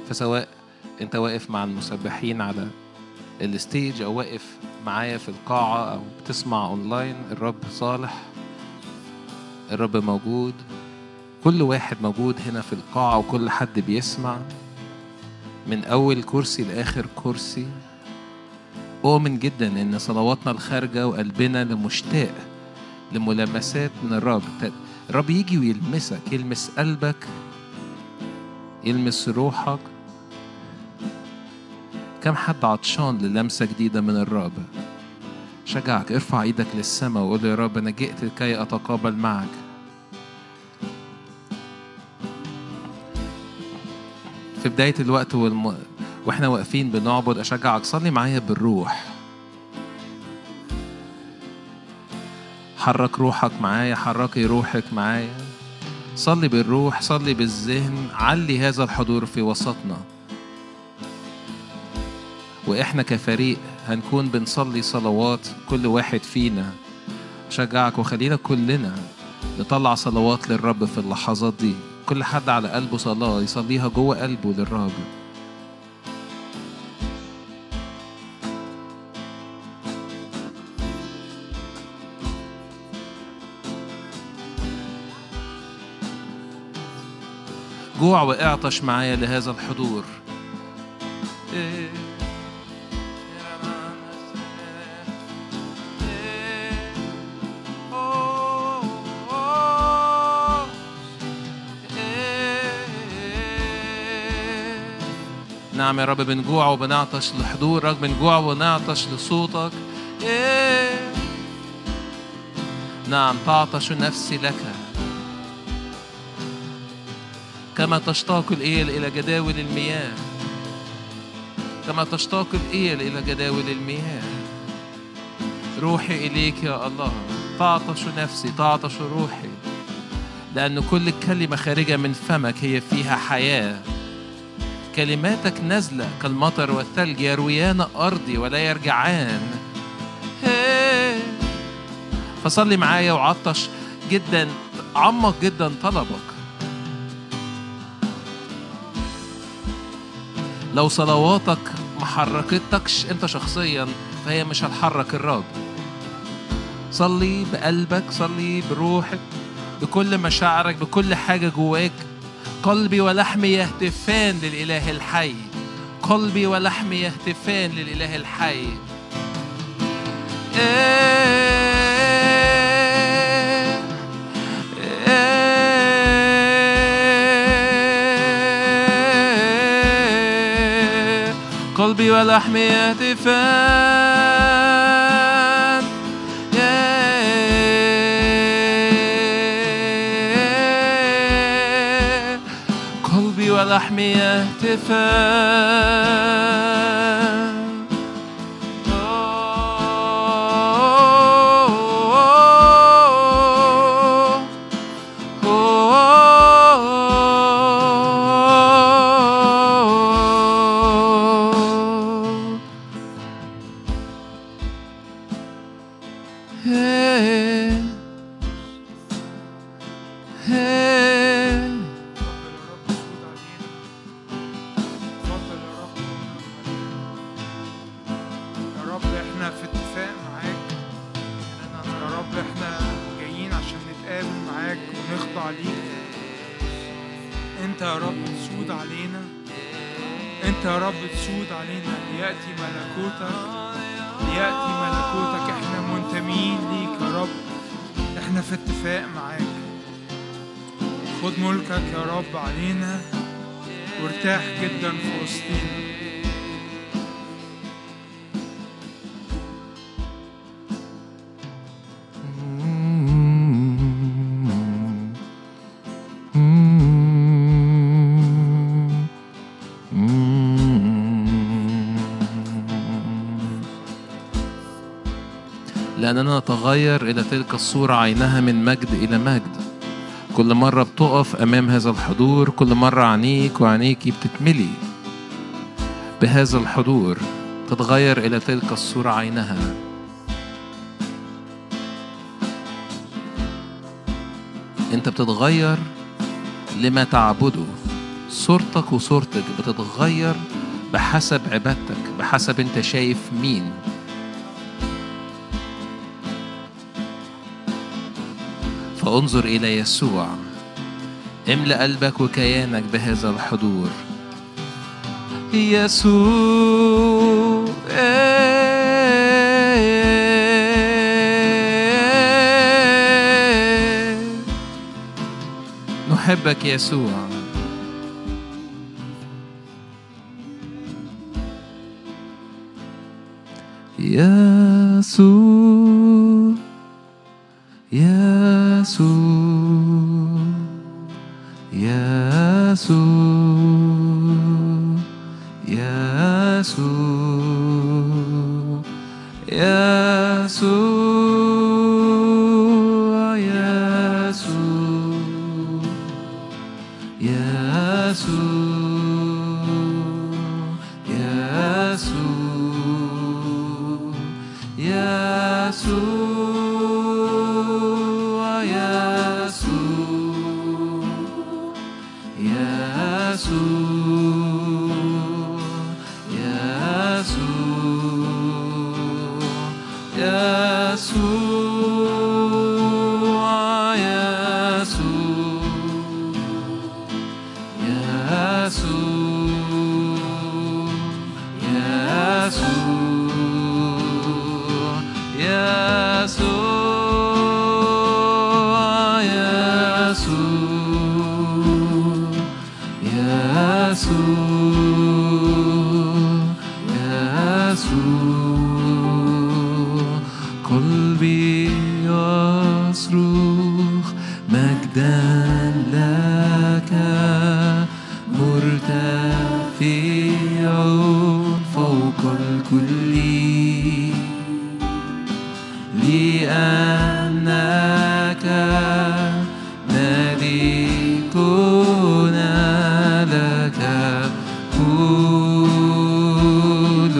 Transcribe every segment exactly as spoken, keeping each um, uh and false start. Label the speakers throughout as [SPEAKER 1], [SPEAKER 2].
[SPEAKER 1] فسواء انت واقف مع المسبحين على الستيج او واقف معايا في القاعة او بتسمع اونلاين، الرب صالح، الرب موجود. كل واحد موجود هنا في القاعة وكل حد بيسمع من أول كرسي لآخر كرسي. أؤمن جدا إن صلواتنا الخارجة وقلبنا لمشتاق لملامسات من الرب. الرب يجي ويلمسك، يلمس قلبك، يلمس روحك. كم حد عطشان للمسة جديدة من الرب؟ شجعك ارفع ايدك للسماء وقول يا رب أنا جئت كي أتقابل معك. في بداية الوقت والم... واحنا واقفين بنعبد، أشجعك صلي معايا بالروح. حرك روحك معايا، حركي روحك معايا. صلي بالروح، صلي بالذهن، علي هذا الحضور في وسطنا. وإحنا كفريق هنكون بنصلي صلوات كل واحد فينا. أشجعك وخلينا كلنا نطلع صلوات للرب في اللحظات دي. كل حد على قلبه صلاة يصليها جوه قلبه للرب. جوع واعطش معايا لهذا الحضور. نعم يا رب، بنجوع وبنعطش لحضورك، بنجوع ونعطش لصوتك. نعم، تعطش نفسي لك كما تشتاق الإيل إلى جداول المياه، كما تشتاق الإيل إلى جداول المياه. روحي إليك يا الله، تعطش نفسي، تعطش روحي، لأن كل كلمة خارجة من فمك هي فيها حياة. كلماتك نازلة كالمطر والثلج، يرويان أرضي ولا يرجعان. فصلي معايا وعطش جدا، عمق جدا طلبك. لو صلواتك ما حركتكش انت شخصيا فهي مش هتحرك الرب. صلي بقلبك، صلي بروحك، بكل مشاعرك، بكل حاجة جواك. قلبي ولحمي يهتفان للإله الحي، قلبي ولحمي يهتفان للإله الحي. قلبي ولحمي يهتفان، قلبي ولحمي يهتفان.
[SPEAKER 2] علينا وارتاح جدا في وسطنا.
[SPEAKER 1] لأننا نتغير إلى تلك الصورة عينها من مجد إلى مجد. كل مرة بتقف أمام هذا الحضور، كل مرة عينيك وعينيكي بتتملي بهذا الحضور، تتغير إلى تلك الصورة عينها. أنت بتتغير لما تعبده، صورتك وصورتك بتتغير بحسب عبادتك، بحسب انت شايف مين. فانظر إلى يسوع، املأ قلبك وكيانك بهذا الحضور. يسوع نحبك يسوع. يسوع يسوع يسوع يسوع يسوع يسوع يسوع يسوع يسوع قلبي يصرخ مجدا لك مرتفع فوق الكل لأنك ملكنا لك كل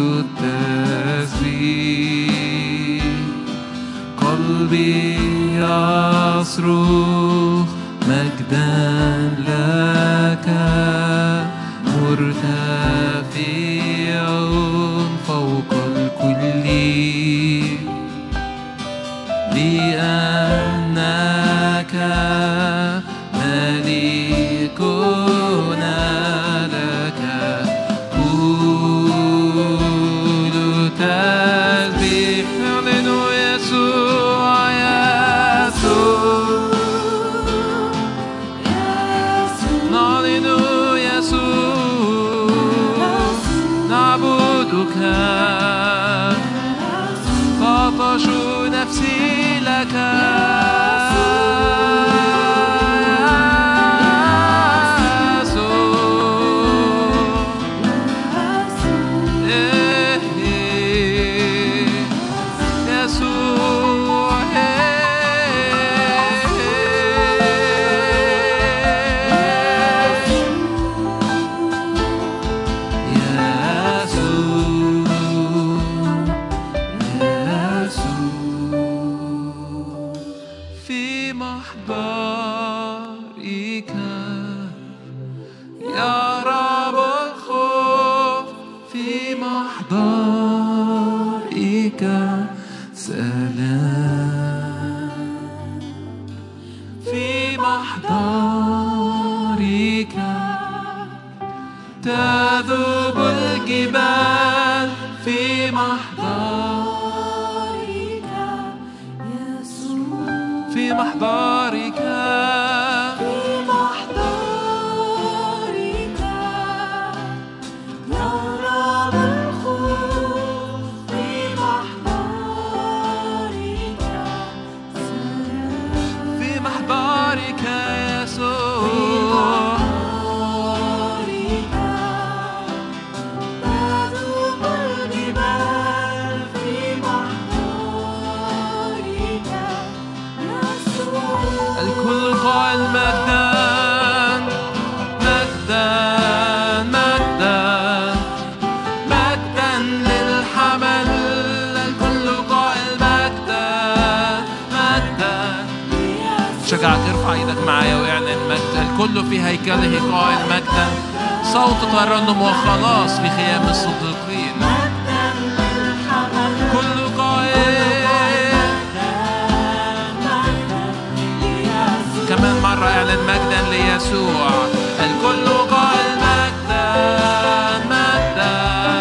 [SPEAKER 1] التسبيح. قلبي يصرخ مجدا لك مرتفع فوق الكل لأنك ملكنا لك كل تسبيح. نعلن يسوع يسوع نعلن يسوع نعبدك تعطش نفسي لك تذوب الجبال في محضرك يسوع في محضرك في محضرك يهرب الخوف في محضرك في محضرك يسوع في محضرك يسوع الكل في هيكله قائل مجدا، صوت ترنم وخلاص في خيام الصديقين. كل قائل كمان مرة اعلن مجدا ليسوع. الكل قائل مجدا مجدا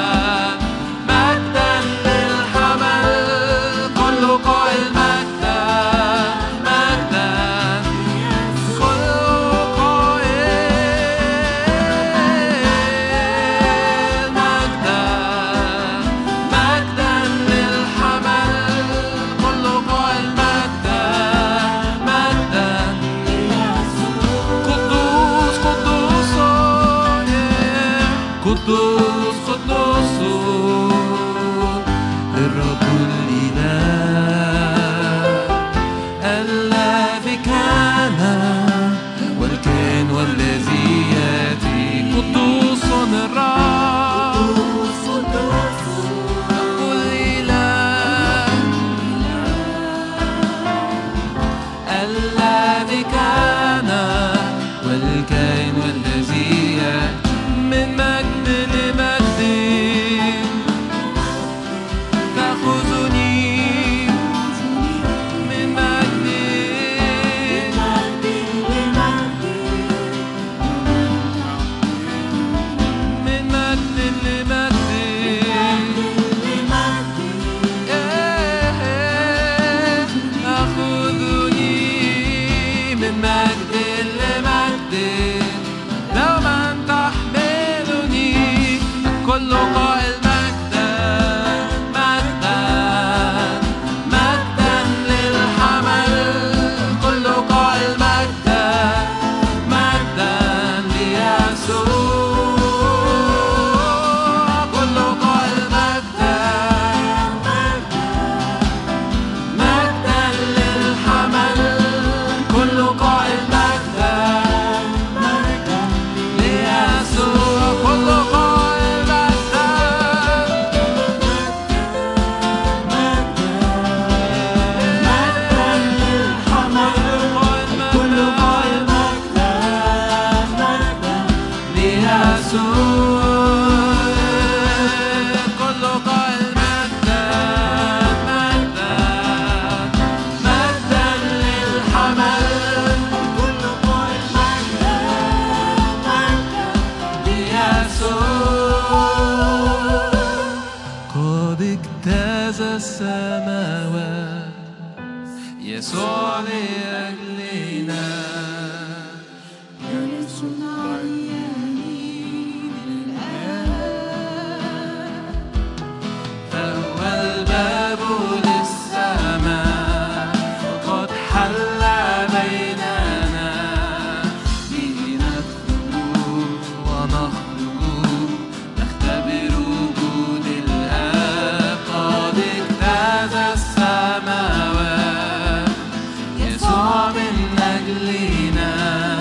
[SPEAKER 1] مجدا للحمل. كل قائل مجدا مجدا كل قائل مجدا مجدا للحمل. كل قائل مجدا مجدا قدوس قدوس قدوس قدوس الرب الإله الذي كان والكائن والذي يأتي. قدوس الرب الرب الإله الذي كان والكائن والذي يأتي. من مجد لمجد تأخذني، من مجد من مجد لمجد إيه، تأخذني من مجد لمجد دوما تحملني. الكل قائل مجدا مجدا مجدا للحمل. كل قائل مجدا مجدا ليسوع. كل قائل مجدا مجدا للحمل. كل قائل مجدا ليسوع. كل قائل مجدا قد اجتاز السماوات يسوع لأجلنا.
[SPEAKER 3] جالس عن يمين الآب،
[SPEAKER 1] فهو الباب للسماء وقد حل بيننا. به ندخل ونخرج نختبر وجود الآب. قد اجتاز السماوات يسوع من أجلنا.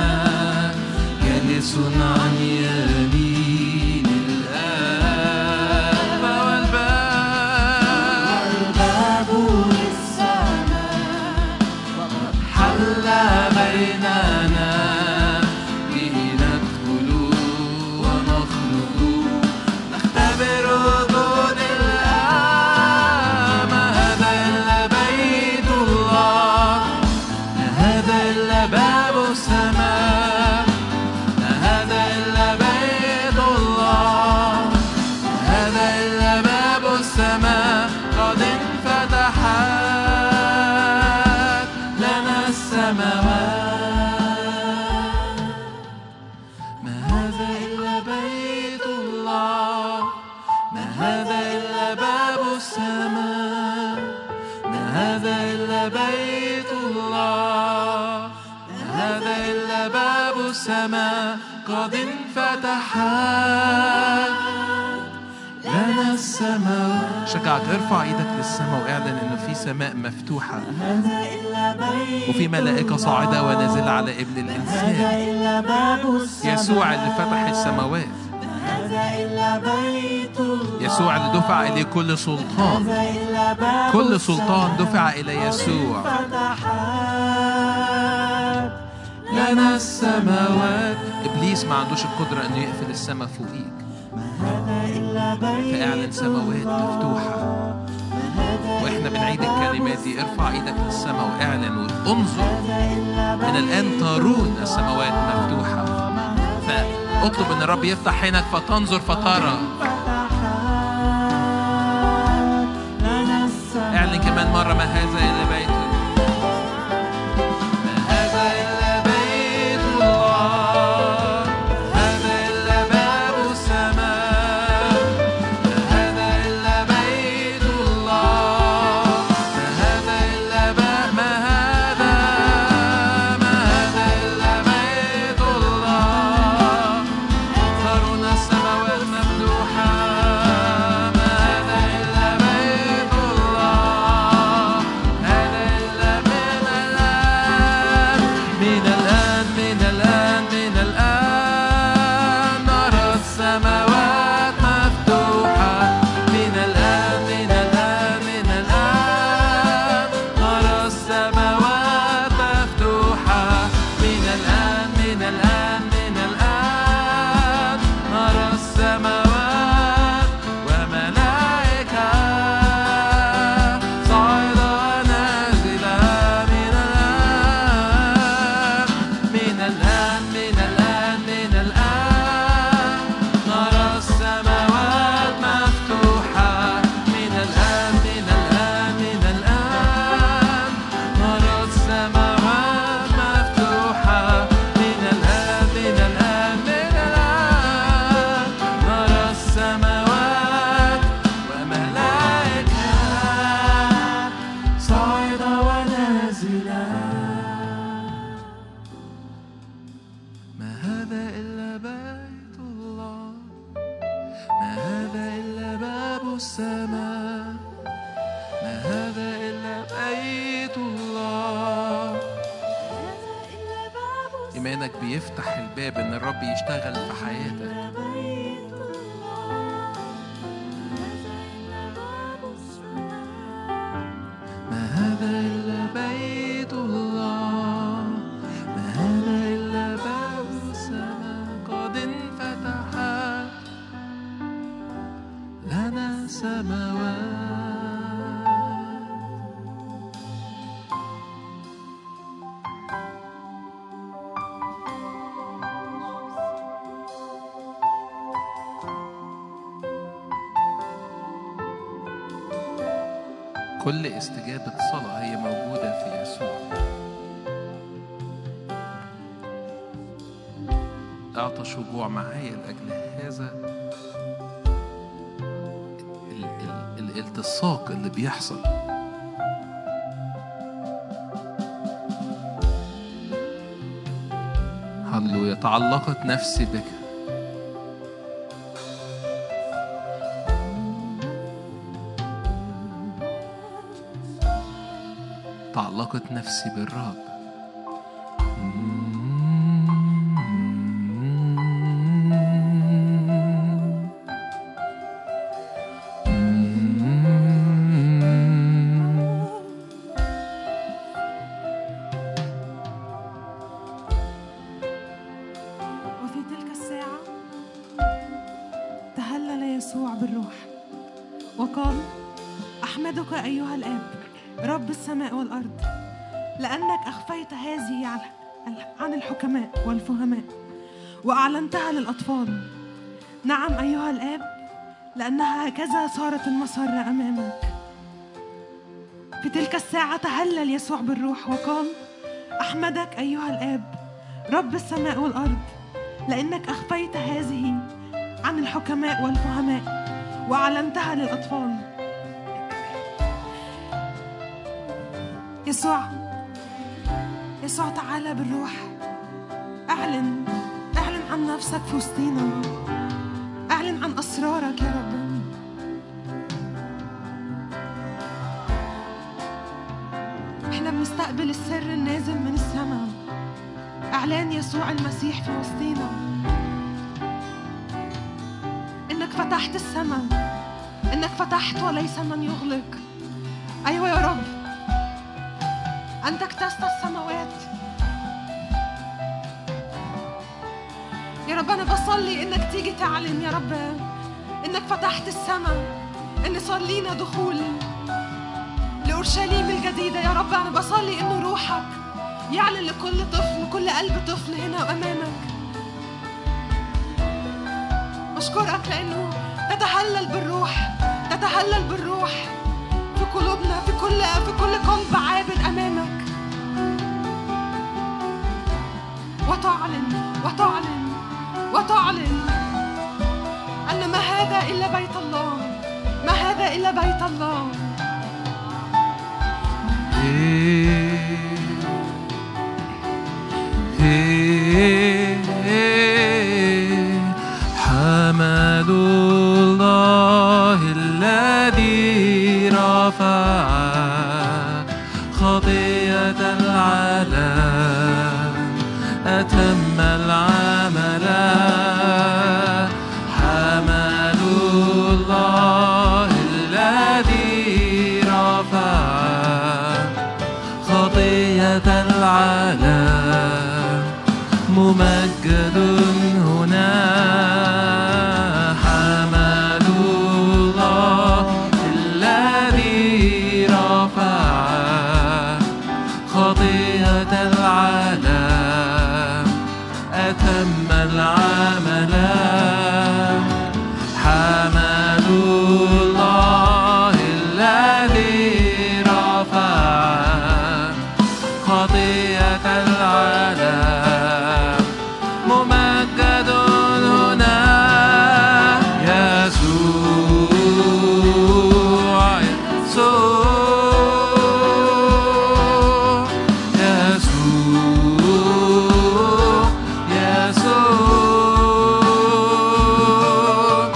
[SPEAKER 1] جالس عن يمين الآب. فهو الباب
[SPEAKER 3] الباب للسماء وقد
[SPEAKER 1] حل بيننا. به ندخل ونخرج نختبر وجود الآب. ما هذا إلا بيت الله، ما هذا إلا باب السماء. ما هذا إلا بيت الله، ما هذا إلا باب السماء. قد انفتحت لنا السماوات. ما هذا إلا بيت الله، ما هذا إلا باب السماء. ما هذا إلا بيت الله، ما هذا إلا باب السماء. قد انفتحت لنا السماوات. شجعك ارفع ايدك للسماء واعلن انه في سماء مفتوحة
[SPEAKER 3] هذا إلا بيت
[SPEAKER 1] وفي ملائكة صاعدة ونازلة على ابن
[SPEAKER 3] هذا
[SPEAKER 1] الإنسان.
[SPEAKER 3] إلا باب السماء.
[SPEAKER 1] يسوع اللي فتح السماوات،
[SPEAKER 3] هذا إلا بيت الله.
[SPEAKER 1] يسوع اللي دفع إليه كل سلطان.
[SPEAKER 3] هذا إلا باب
[SPEAKER 1] كل سلطان
[SPEAKER 3] السماء.
[SPEAKER 1] دفع إلى يسوع.
[SPEAKER 3] فتحت
[SPEAKER 1] لنا السماوات. إبليس ما عندوش القدرة أنه يقفل السماء فوقيك، فاعلن سماوات مفتوحة. وإحنا بنعيد الكلمات دي، ارفع إيدك للسماء واعلن وانظر. من الآن ترون السماوات مفتوحة، فاطلب أن الرب يفتح عينك فتنظر فترى. اعلن كمان مرة: ما هذا إلا بيت، ما هذا إلا بيت الله، هذا إلا باب السماء، ما هذا إلا بيت الله، ما هذا إلا باب، ما هذا ما هذا إلا بيت الله. ترون السماوات مفتوحة، ما هذا إلا بيت الله، هذا إلا من الآن، من الآن من الآن من الآن نرى السماوات مفتوحة. من الآن من الآن من الآن نرى السماوات مفتوحة. من الآن من الآن من الآن نرى السماوات وملائكة صاعدة ونازلة. من الآن من الآن من الآن من الآن نرى السماوات مفتوحة. من الآن من الآن من الآن نرى السماوات مفتوحة. من الآن من الآن من الآن نرى السماوات وملائكة صاعدة ونازلة. ما هذا إلا بيت الله، ما هذا إلا باب السماء، ما هذا إلا بيت الله. إيمانك بيفتح الباب إن الرب يشتغل في حياتك. ما هذا إلا بيت الله، ما هذا إلا باب السماء. قد انفتحت لنا سماوات. كل استجابة صلاة هي موجودة في يسوع. أعطش وجوع معايا لأجل هذا ال- ال- الالتصاق اللي بيحصل. هللويا. تعلقت نفسي بك، تعلقت نفسي بالرب.
[SPEAKER 4] وفي تلك الساعة تهلل يسوع بالروح وقال: أحمدك أيها الآب رب السماء والأرض، لأنك أخفيت هذه عن الحكماء والفهماء وأعلنتها للأطفال. نعم أيها الآب، لأنها هكذا صارت المسرة أمامك. في تلك الساعة تهلل يسوع بالروح وقال: أحمدك أيها الآب رب السماء والأرض، لأنك أخفيت هذه عن الحكماء والفهماء وأعلنتها للأطفال. يسوع يسوع تعالى بالروح، اعلن اعلن عن نفسك في وسطينا، اعلن عن أسرارك يا رب. احنا بنستقبل السر النازل من السماء، اعلان يسوع المسيح في وسطينا. انك فتحت السماء، انك فتحت وليس من يغلق. ايوه يا رب، أنت اكتست السماوات يا رب أنا بصلي إنك تيجي تعلن يا رب إنك فتحت السماء، إن صار لينا دخول لأورشليم الجديدة. يا رب أنا بصلي إنه روحك يعلن لكل طفل وكل قلب طفل هنا أمامك. أشكرك لأنه تتهلل بالروح، تتهلل بالروح في قلوبنا، في كل في كل قلب عابر أمامك، وتعلن وتعلن وتعلن أن ما هذا إلا بيت الله، ما هذا إلا بيت الله.
[SPEAKER 1] حمد الله الذي رفع خطية العالم، أتم العمل. حمد الله الذي رفع خطية العالم، ممجد هنا. حمد الله الذي رفع خطية العالم، أتم العمل. حمد الله الذي رفع خطية العالم، ممجد هنا. يسوع يسوع يسوع يسوع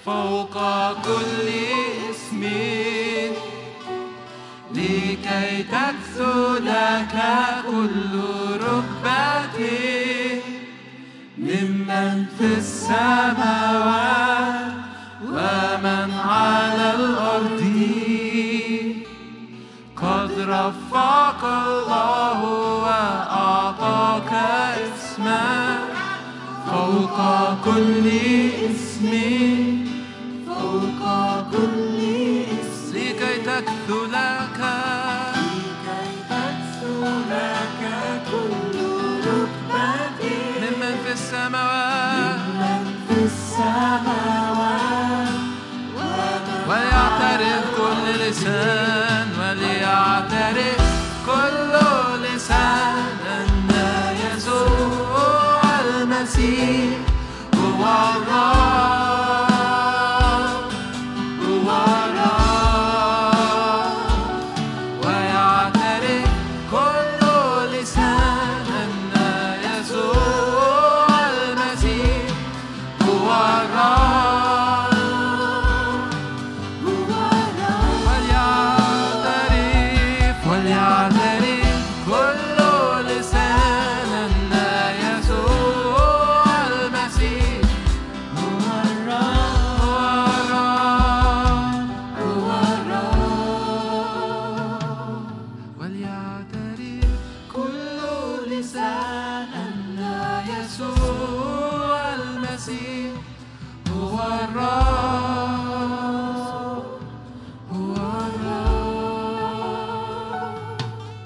[SPEAKER 1] فوق كل اسم لكي تكثر لك كل ركبة ممن في السماوات ومن على الأرض قد رفعك الله وأعطاك اسما فوق كل اسم
[SPEAKER 3] فوق كل اسم
[SPEAKER 1] لكي تكثر لك
[SPEAKER 3] لكي تكثر لك كل ركبة
[SPEAKER 1] ممن في السماوات
[SPEAKER 3] ممن في السماوات
[SPEAKER 1] وليعترف كل لسان وليعترف كل لسان أن يسوع المسيح هو الرب هو الرب ويعترف كل لسان أن يسوع المسيح هو الرب وليعترف وليعترف كل لسان أن يسوع المسيح هو الرب هو الرب وليعترف كل لسان أن يسوع المسيح هو الرب هو الرب.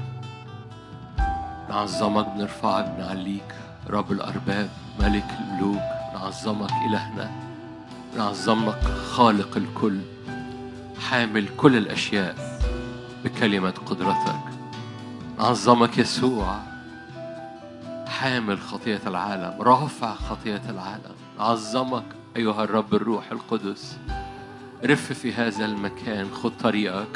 [SPEAKER 1] نعظمك بنرفعك بنعليك رب الأرباب ملك الملوك. نعظمك إلهنا، نعظمك خالق الكل، حامل كل الأشياء بكلمة قدرتك. نعظمك يسوع، حامل خطية العالم، رافع خطية العالم. نعظمك أيها الرب الروح القدس. رف في هذا المكان، خذ طريقك.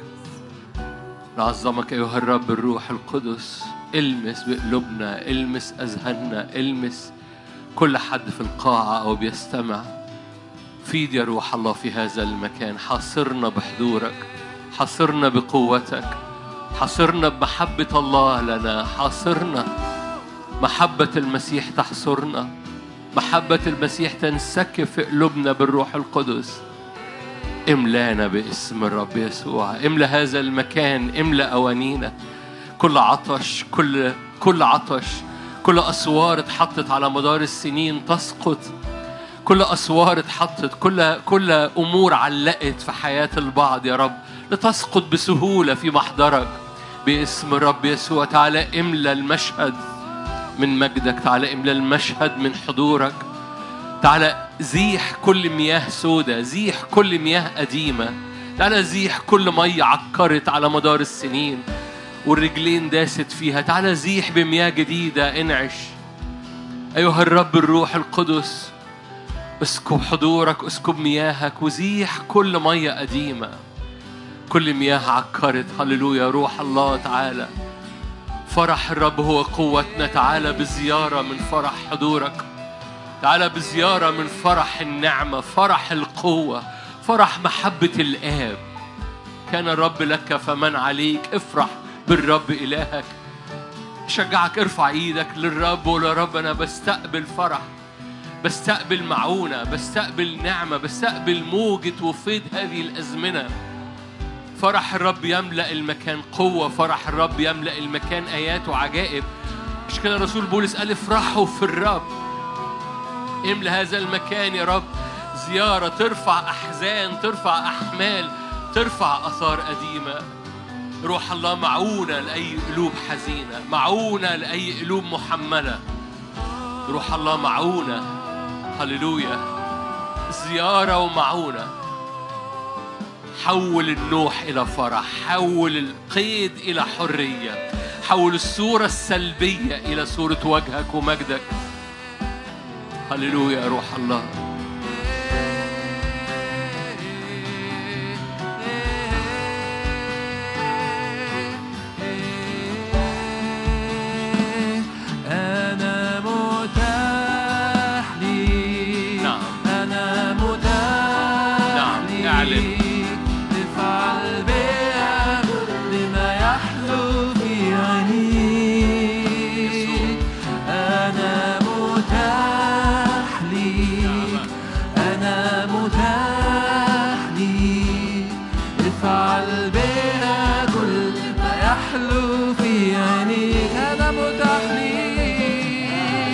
[SPEAKER 1] نعظمك أيها الرب الروح القدس. المس بقلوبنا، المس أذهاننا، المس كل حد في القاعة أو بيستمع. فيد يا روح الله في هذا المكان. حاصرنا بحضورك، حاصرنا بقوتك، حاصرنا بمحبة الله لنا. حاصرنا محبة المسيح تحصرنا، محبة المسيح تنسكب في قلوبنا بالروح القدس. املانا باسم الرب يسوع. املا هذا المكان، املا أوانينا. كل عطش، كل كل عطش، كل أسوار اتحطت على مدار السنين تسقط. كل أسوار اتحطت، كل كل أمور علقت في حياة البعض يا رب لتسقط بسهولة في محضرك باسم الرب يسوع. تعالى املا المشهد من مجدك، تعالى املا المشهد من حضورك. تعالى زيح كل مياه سودة، زيح كل مياه قديمة. تعالى زيح كل مية عكرت على مدار السنين والرجلين داست فيها. تعالى زيح بمياه جديدة. انعش أيها الرب الروح القدس. اسكب حضورك، اسكب مياهك وزيح كل مية قديمة، كل مياه عكرت. هللويا روح الله. تعالى فرح الرب هو قوتنا. تعالى بزيارة من فرح حضورك، تعالى بزيارة من فرح النعمة، فرح القوة، فرح محبة الآب. كان الرب لك فمن عليك. افرح بالرب إلهك. شجعك ارفع ايدك للرب ولا رب أنا بستقبل فرح، بستقبل معونة، بستقبل نعمة، بستقبل موجة وفيض هذه الأزمنة. فرح الرب يملأ المكان قوة، فرح الرب يملأ المكان آيات وعجائب. مش كده رسول بولس قال افرحوا في الرب. املأ هذا المكان يا رب زيارة ترفع أحزان، ترفع أحمال، ترفع أثار قديمة. روح الله معونة لأي قلوب حزينة، معونة لأي قلوب محملة. روح الله معونة. هللويا. زيارة ومعونة. حول النوح إلى فرح، حول القيد إلى حرية، حول الصورة السلبية إلى صورة وجهك ومجدك. هللويا روح الله.
[SPEAKER 3] أنا متاح لي، نعم أنا متاح
[SPEAKER 1] اعلن
[SPEAKER 3] افعل بيا كل ما يحلو في عينيك أنا متاح ليك أنا متاح ليك افعل بيا كل ما يحلو في عينيك أنا متاح ليك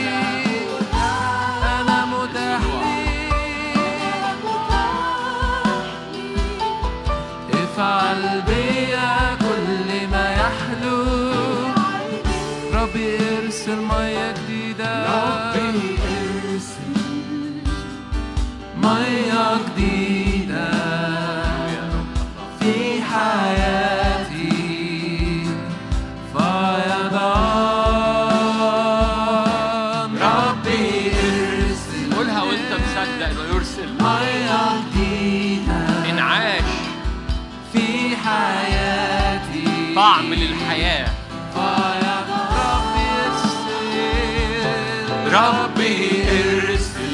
[SPEAKER 3] أنا متاح ليك افعل بيا كل ما يحلو ربي ارسل مية جديدة ربي ارسل مية جديدة في حياتي فيضان ربي ارسل
[SPEAKER 1] قولها وانت مصدق انه يرسل
[SPEAKER 3] مية جديدة
[SPEAKER 1] انعاش
[SPEAKER 3] في حياتي
[SPEAKER 1] طعم للحياة
[SPEAKER 3] ربي ارسل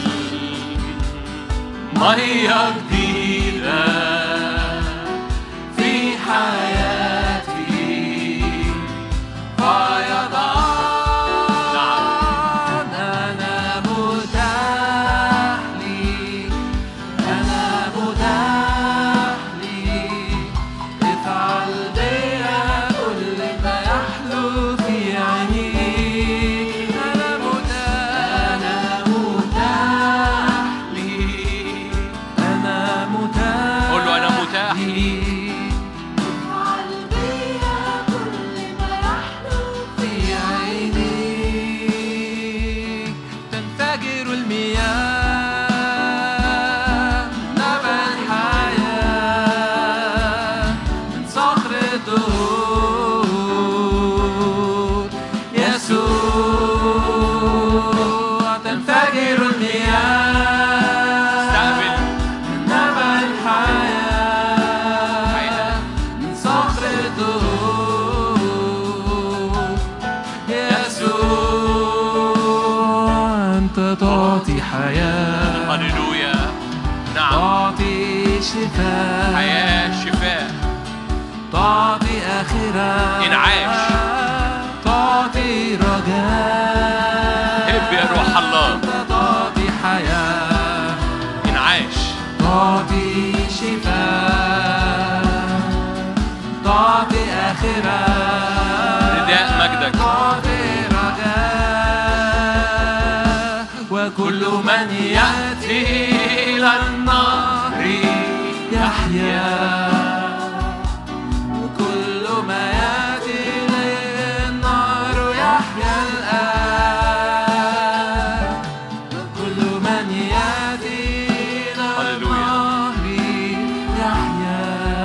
[SPEAKER 3] مية جديدة في حياتي فيضان أنا متاح ليك أنا متاح ليك افعل بيا كل ما يحلو في عينيك أنا متاح أنا متاح ليك أنا متاح
[SPEAKER 1] قول له أنا متاح
[SPEAKER 3] ليك
[SPEAKER 5] افعل بيا كل ما يحلو
[SPEAKER 3] في عينيك تنفجر المياه نبع الحياة من صخر الدهور يسوع تنفجر المياه
[SPEAKER 1] استقبل
[SPEAKER 3] من نبع الحياة من صخر الدهور يسوع أنت تعطي حياة
[SPEAKER 1] هللويا نعم
[SPEAKER 3] تعطي شفاء
[SPEAKER 1] حياة شفاء
[SPEAKER 3] تعطي آخرة
[SPEAKER 1] إنعاش.
[SPEAKER 3] تعطي رجاء
[SPEAKER 1] هب يا روح الله.
[SPEAKER 3] أنت تعطي حياة
[SPEAKER 1] انعاش
[SPEAKER 3] تعطي شفاء تعطي آخرة
[SPEAKER 1] رداء مجدك.
[SPEAKER 3] تعطي رجاء وكل من يأتي إلى النار يحيا وكل ما يأتي إليه النار يحيا الآن وكل من يأتي إلى النار يحيا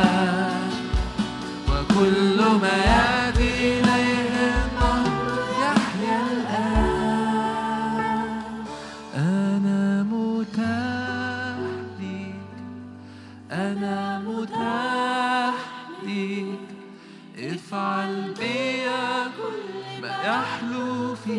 [SPEAKER 3] وكل ما يأتي إليه النار يحيا الآن أنا متاح ليك أنا متاح ليك افعل بيا كل ما يحلو في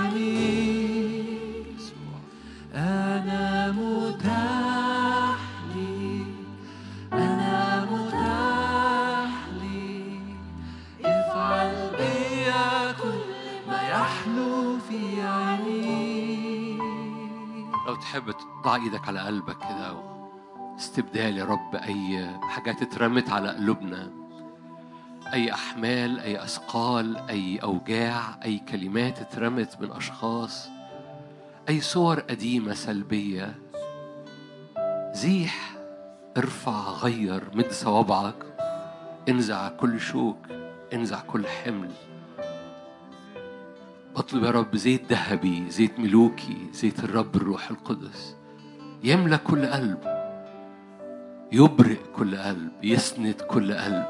[SPEAKER 3] عينيك أنا متاح ليك أنا متاح ليك افعل بيا كل ما يحلو في عينيك
[SPEAKER 6] لو تحب تضع ايدك على قلبك كده استبدال يا رب اي حاجات اترمت على قلوبنا، اي احمال، اي اثقال، اي اوجاع، اي كلمات اترمت من اشخاص، اي صور قديمه سلبيه. زيح، ارفع، غير، مد صوابعك، انزع كل شوك، انزع كل حمل. اطلب يا رب زيت ذهبي، زيت ملوكي، زيت الرب الروح القدس يملأ كل قلب، يبرئ كل قلب، يسند كل قلب،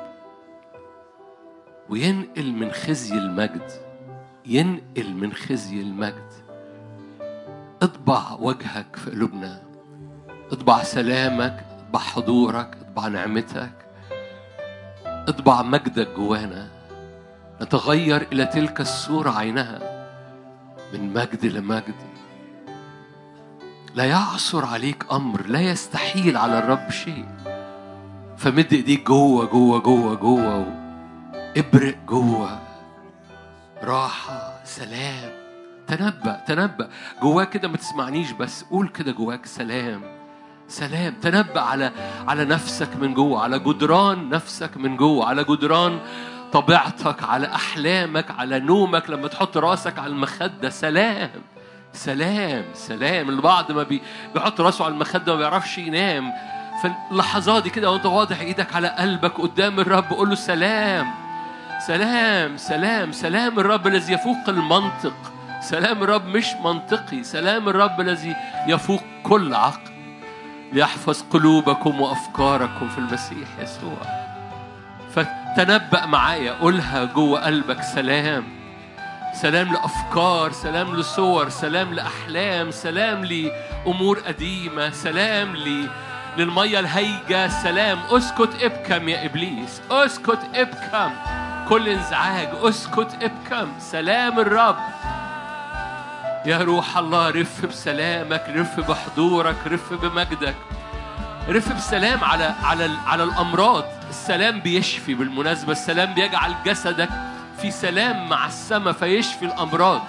[SPEAKER 6] وينقل من خزي المجد، ينقل من خزي المجد. اطبع وجهك في قلوبنا، اطبع سلامك، اطبع حضورك، اطبع نعمتك، اطبع مجدك جوانا. نتغير إلى تلك الصورة عينها، من مجد لمجد. لا يعثر عليك أمر، لا يستحيل على الرب شيء. فمد ايديك جوه جوه جوه جوه ابرق جوه راحة سلام. تنبأ تنبأ جواك كده، ما تسمعنيش بس قول كده جواك سلام سلام. تنبأ على على نفسك من جوه، على جدران نفسك من جوه، على جدران طبيعتك، على أحلامك، على نومك. لما تحط راسك على المخدة سلام سلام سلام. البعض ما بي بيحط راسه على المخدة ما بيعرفش ينام. في اللحظات دي كده وانت واضح ايدك على قلبك قدام الرب، قول له سلام سلام سلام. سلام الرب الذي يفوق المنطق. سلام الرب مش منطقي، سلام الرب الذي يفوق كل عقل ليحفظ قلوبكم وأفكاركم في المسيح يسوع. فتنبأ معايا، قولها جوه قلبك سلام. سلام لأفكار، سلام لصور، سلام لأحلام، سلام لأمور قديمة، سلام ل للمية الهيجة. سلام. اسكت ابكم يا إبليس، اسكت ابكم كل انزعاج، اسكت ابكم. سلام الرب يا روح الله، رف بسلامك، رف بحضورك، رف بمجدك، رف بسلام على على على الأمراض. السلام بيشفي بالمناسبة، السلام بيجعل جسدك في سلام مع السماء فيشفي الأمراض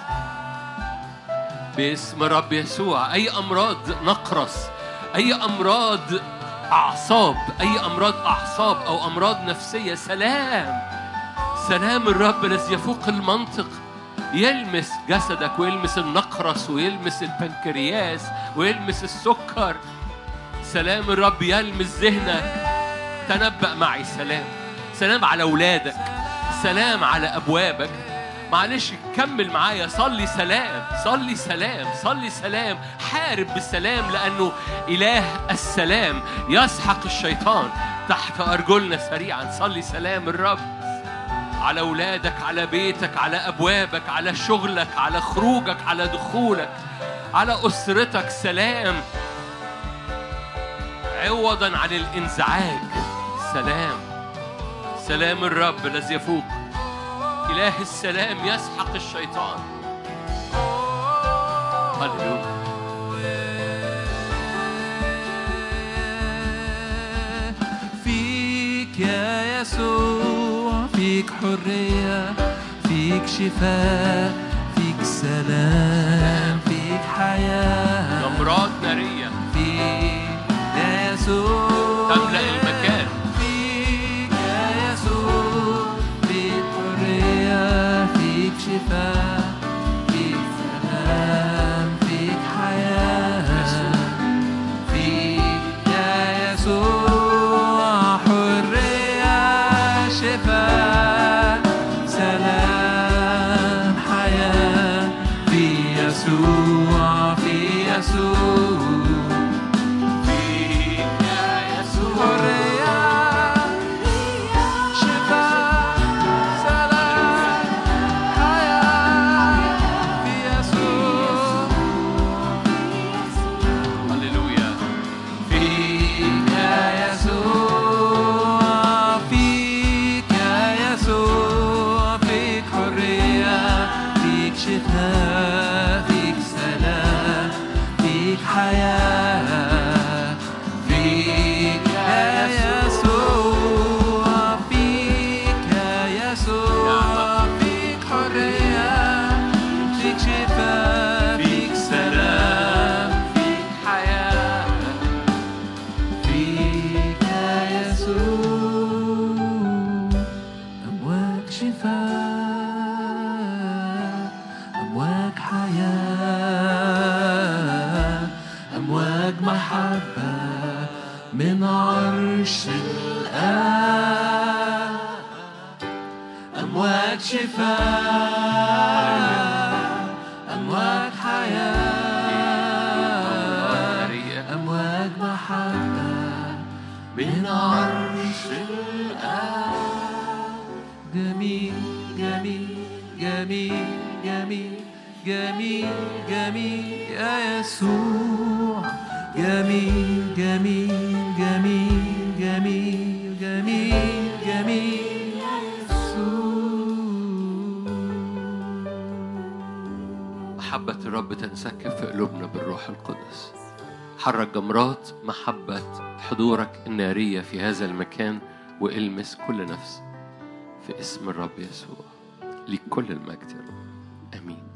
[SPEAKER 6] باسم رب يسوع. أي أمراض نقرس، أي أمراض أعصاب، أي أمراض أعصاب أو أمراض نفسية، سلام سلام الرب الذي يفوق المنطق يلمس جسدك ويلمس النقرس ويلمس البنكرياس ويلمس السكر. سلام الرب يلمس ذهنك. تنبأ معي سلام. سلام على أولادك، سلام على أبوابك. معلش كمل معايا، صلي سلام صلي سلام صلي سلام. حارب بالسلام لأنه إله السلام يسحق الشيطان تحت أرجلنا سريعا. صلي سلام الرب على أولادك، على بيتك، على أبوابك، على شغلك، على خروجك، على دخولك، على أسرتك. سلام عوضا عن الانزعاج. سلام سلام الرب الذي يفوق. إله السلام يسحق الشيطان. هللويا.
[SPEAKER 3] فيك يا يسوع، فيك حرية، فيك شفاء، فيك سلام، فيك حياة.
[SPEAKER 6] أمراض نارية
[SPEAKER 3] فيك يا يسوع
[SPEAKER 6] تملأ المكان.
[SPEAKER 3] فيك يا يسوع، فيك حرية، فيك شفاء، فيك سلام، فيك حياة. فيك يا يسوع حرية، شفاء، سلام، حياة. في يسوع في يسوع من عرش الآب، أمواج شفاء، أمواج حياة، أمواج محبة من عرش الآب. جميل جميل جميل جميل جميل جميل يا يسوع، جميل جميل جميل جميل جميل جميل يا يسوع.
[SPEAKER 6] محبة الرب تنسكب في قلوبنا بالروح القدس. حرك جمرات محبة حضورك النارية في هذا المكان وإلمس كل نفس في اسم الرب يسوع. لكل المجد يا رب. آمين.